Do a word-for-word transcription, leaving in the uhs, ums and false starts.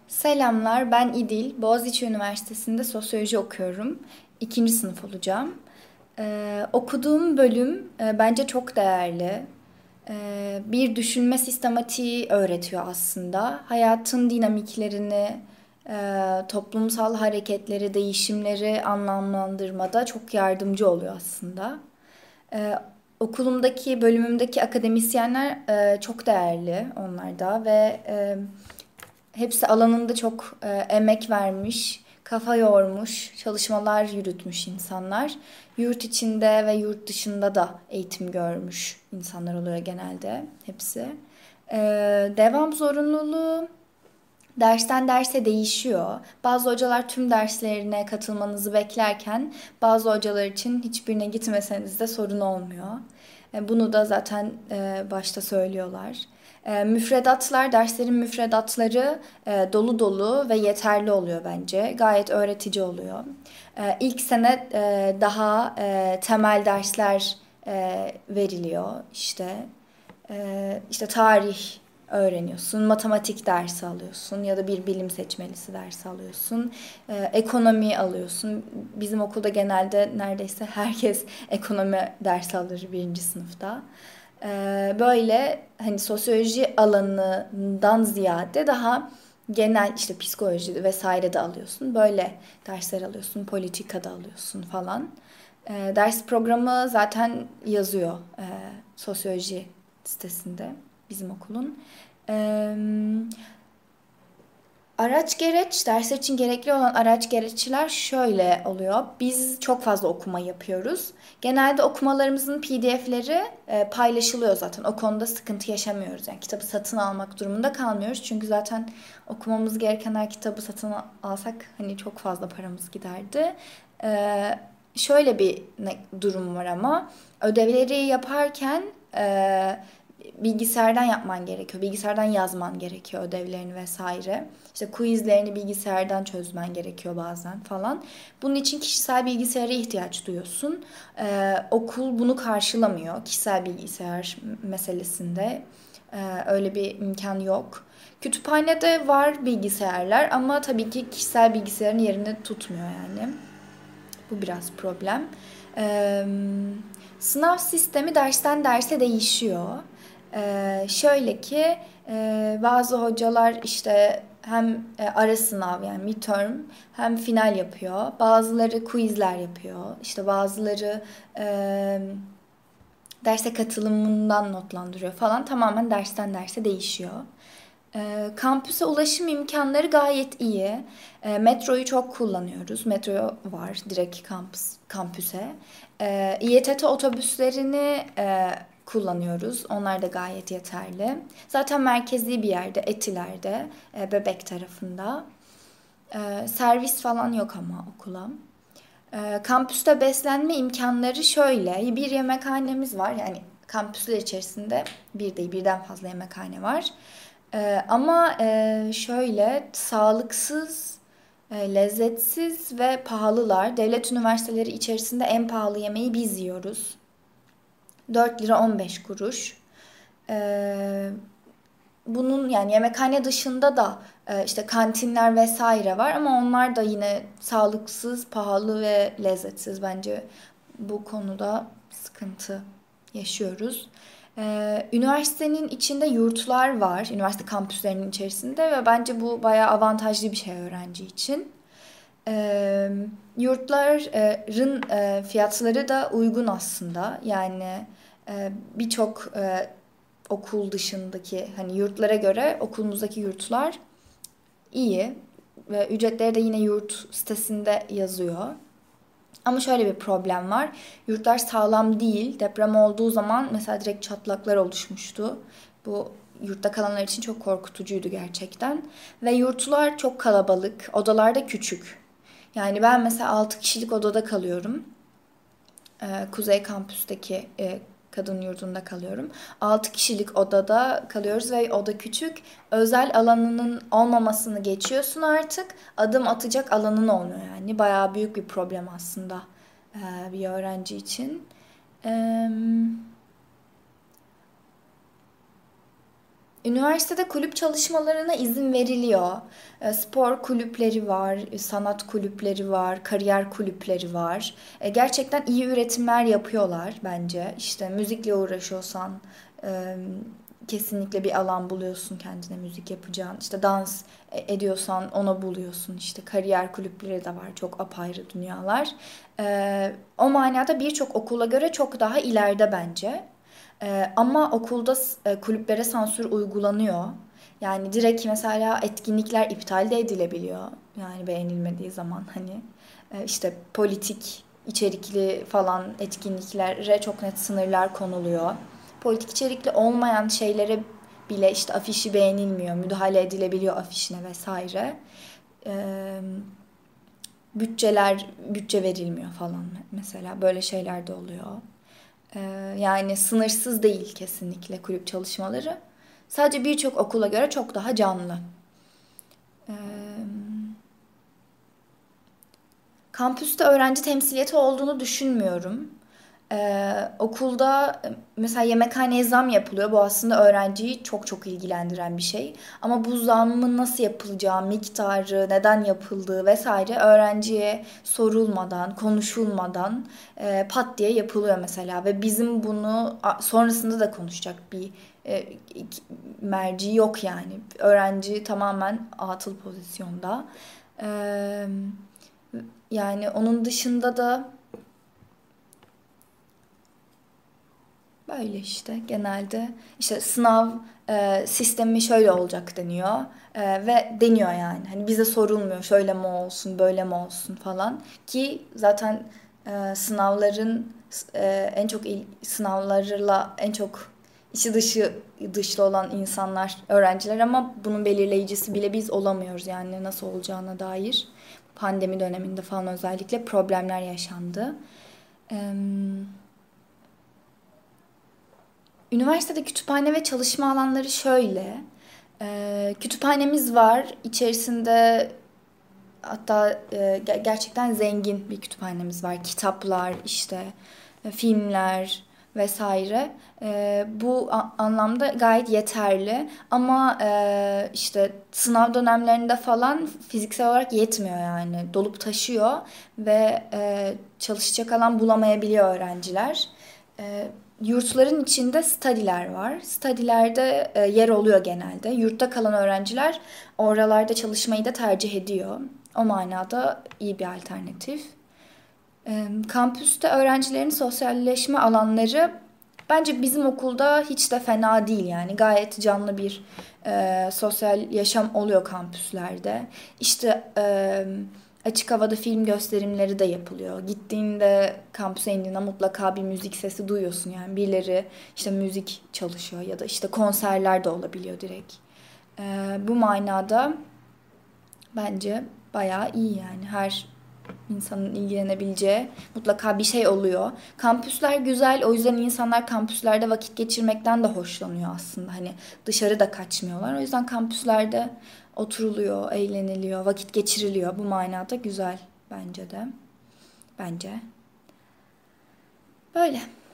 Selamlar, ben İdil. Boğaziçi Üniversitesi'nde sosyoloji okuyorum. İkinci sınıf olacağım. Ee, okuduğum bölüm e, bence çok değerli. Ee, bir düşünme sistematiği öğretiyor aslında. Hayatın dinamiklerini, e, toplumsal hareketleri, değişimleri anlamlandırmada çok yardımcı oluyor aslında. Ee, Okulumdaki, bölümümdeki akademisyenler e, çok değerli onlar da ve e, hepsi alanında çok e, emek vermiş, kafa yormuş, çalışmalar yürütmüş insanlar. Yurt içinde ve yurt dışında da eğitim görmüş insanlar oluyor genelde hepsi. E, Devam zorunluluğu dersten derse değişiyor. Bazı hocalar tüm derslerine katılmanızı beklerken bazı hocalar için hiçbirine gitmeseniz de sorun olmuyor. E, Bunu da zaten e, başta söylüyorlar. E, Müfredatlar, derslerin müfredatları e, dolu dolu ve yeterli oluyor bence. Gayet öğretici oluyor. E, İlk sene e, daha e, temel dersler e, veriliyor. İşte ee, işte tarih öğreniyorsun, matematik dersi alıyorsun ya da bir bilim seçmelisi dersi alıyorsun, Ee, ekonomi alıyorsun. Bizim okulda genelde neredeyse herkes ekonomi dersi alır birinci sınıfta. Ee, böyle hani sosyoloji alanından ziyade daha genel işte psikoloji vesaire de alıyorsun. Böyle dersler alıyorsun, politika da alıyorsun falan. Ee, ders programı zaten yazıyor e, sosyoloji sitesinde bizim okulun. Ee, Araç gereç, dersler için gerekli olan araç gereçler şöyle oluyor. Biz çok fazla okuma yapıyoruz. Genelde okumalarımızın P D F'leri e, paylaşılıyor zaten. O konuda sıkıntı yaşamıyoruz. Yani kitabı satın almak durumunda kalmıyoruz. Çünkü zaten okumamız gereken her kitabı satın alsak hani çok fazla paramız giderdi. Ee, Şöyle bir durum var ama ödevleri yaparken e, bilgisayardan yapman gerekiyor. Bilgisayardan yazman gerekiyor ödevlerini vesaire. İşte quizlerini bilgisayardan çözmen gerekiyor bazen falan. Bunun için kişisel bilgisayara ihtiyaç duyuyorsun. Ee, okul bunu karşılamıyor. Kişisel bilgisayar meselesinde ee, öyle bir imkan yok. Kütüphanede var bilgisayarlar ama tabii ki kişisel bilgisayarın yerini tutmuyor yani. Bu biraz problem. Ee, Sınav sistemi dersten derse değişiyor. Ee, şöyle ki e, bazı hocalar işte hem e, ara sınav yani midterm hem final yapıyor. Bazıları quizler yapıyor. İşte bazıları e, derse katılımından notlandırıyor falan. Tamamen dersten derse değişiyor. E, kampüse ulaşım imkanları gayet iyi. E, metroyu çok kullanıyoruz. Metro var direkt kampüs, kampüse. E, İETT otobüslerini e, kullanıyoruz. Onlar da gayet yeterli. Zaten merkezi bir yerde, Etiler'de, e, Bebek tarafında. E, servis falan yok ama okula. E, kampüste beslenme imkanları şöyle. Bir yemekhanemiz var. Yani kampüsler içerisinde bir değil birden fazla yemekhane var. E, ama e, şöyle sağlıksız, e, lezzetsiz ve pahalılar. Devlet üniversiteleri içerisinde en pahalı yemeği biz yiyoruz. dört lira on beş kuruş. E, Bunun yani yemekhane dışında da e, işte kantinler vesaire var ama onlar da yine sağlıksız, pahalı ve lezzetsiz. Bence bu konuda sıkıntı yaşıyoruz. Ee, üniversitenin içinde yurtlar var, üniversite kampüslerinin içerisinde ve bence bu bayağı avantajlı bir şey öğrenci için. Ee, Yurtların e, fiyatları da uygun aslında. Yani e, birçok e, okul dışındaki hani yurtlara göre okulumuzdaki yurtlar iyi ve ücretleri de yine yurt sitesinde yazıyor. Ama şöyle bir problem var. Yurtlar sağlam değil. Deprem olduğu zaman mesela direkt çatlaklar oluşmuştu. Bu yurtta kalanlar için çok korkutucuydu gerçekten. Ve yurtlar çok kalabalık. Odalar da küçük. Yani ben mesela altı kişilik odada kalıyorum. Ee, Kuzey Kampüs'teki e, kadın yurdunda kalıyorum. Altı kişilik odada kalıyoruz ve oda küçük. Özel alanının olmamasını geçiyorsun artık. Adım atacak alanın olmuyor yani. Bayağı büyük bir problem aslında e, bir öğrenci için. Ee, Üniversitede kulüp çalışmalarına izin veriliyor. E, Spor kulüpleri var, sanat kulüpleri var, kariyer kulüpleri var. E, Gerçekten iyi üretimler yapıyorlar bence. İşte müzikle uğraşıyorsan e, kesinlikle bir alan buluyorsun kendine müzik yapacağın. İşte dans e- ediyorsan onu buluyorsun. İşte kariyer kulüpleri de var. Çok apayrı dünyalar. E, O manada birçok okula göre çok daha ileride bence. Ee, ama okulda e, kulüplere sansür uygulanıyor. Yani direkt mesela etkinlikler iptal de edilebiliyor. Yani beğenilmediği zaman hani e, işte politik içerikli falan etkinliklere çok net sınırlar konuluyor. Politik içerikli olmayan şeylere bile işte afişi beğenilmiyor, müdahale edilebiliyor afişine vesaire. Ee, Bütçeler, bütçe verilmiyor falan mesela böyle şeyler de oluyor. Ee, Yani sınırsız değil kesinlikle kulüp çalışmaları. Sadece birçok okula göre çok daha canlı. Ee, Kampüste öğrenci temsiliyeti olduğunu düşünmüyorum. Ee, okulda mesela yemekhaneye zam yapılıyor. Bu aslında öğrenciyi çok çok ilgilendiren bir şey. Ama bu zammın nasıl yapılacağı, miktarı, neden yapıldığı vesaire öğrenciye sorulmadan, konuşulmadan e, pat diye yapılıyor mesela. Ve bizim bunu sonrasında da konuşacak bir e, merci yok yani. Öğrenci tamamen atıl pozisyonda. Ee, Yani onun dışında da böyle işte genelde işte sınav e, sistemi şöyle olacak deniyor. E, ve deniyor yani. Hani bize sorulmuyor şöyle mi olsun böyle mi olsun falan ki zaten e, sınavların e, en çok il, sınavlarla en çok içi dışı dışlı olan insanlar öğrenciler ama bunun belirleyicisi bile biz olamıyoruz yani nasıl olacağına dair. Pandemi döneminde falan özellikle problemler yaşandı. Eee Üniversitede kütüphane ve çalışma alanları şöyle. Ee, kütüphanemiz var. İçerisinde hatta e, gerçekten zengin bir kütüphanemiz var. Kitaplar, işte e, filmler vesaire. E, bu anlamda gayet yeterli. Ama e, işte sınav dönemlerinde falan fiziksel olarak yetmiyor yani. Dolup taşıyor ve e, çalışacak alan bulamayabiliyor öğrenciler. E, Yurtların içinde study'ler var. Study'lerde e, yer oluyor genelde. Yurtta kalan öğrenciler oralarda çalışmayı da tercih ediyor. O manada iyi bir alternatif. E, kampüste öğrencilerin sosyalleşme alanları bence bizim okulda hiç de fena değil yani. Gayet canlı bir e, sosyal yaşam oluyor kampüslerde. İşte e, açık havada film gösterimleri de yapılıyor. Gittiğinde kampüse indiğinde mutlaka bir müzik sesi duyuyorsun yani. Birileri işte müzik çalışıyor ya da işte konserler de olabiliyor direkt. E, bu manada bence bayağı iyi yani. Her insanın ilgilenebileceği mutlaka bir şey oluyor. Kampüsler güzel. O yüzden insanlar kampüslerde vakit geçirmekten de hoşlanıyor aslında. Hani dışarı da kaçmıyorlar. O yüzden kampüslerde oturuluyor, eğleniliyor, vakit geçiriliyor. Bu manada güzel bence de. Bence. Böyle.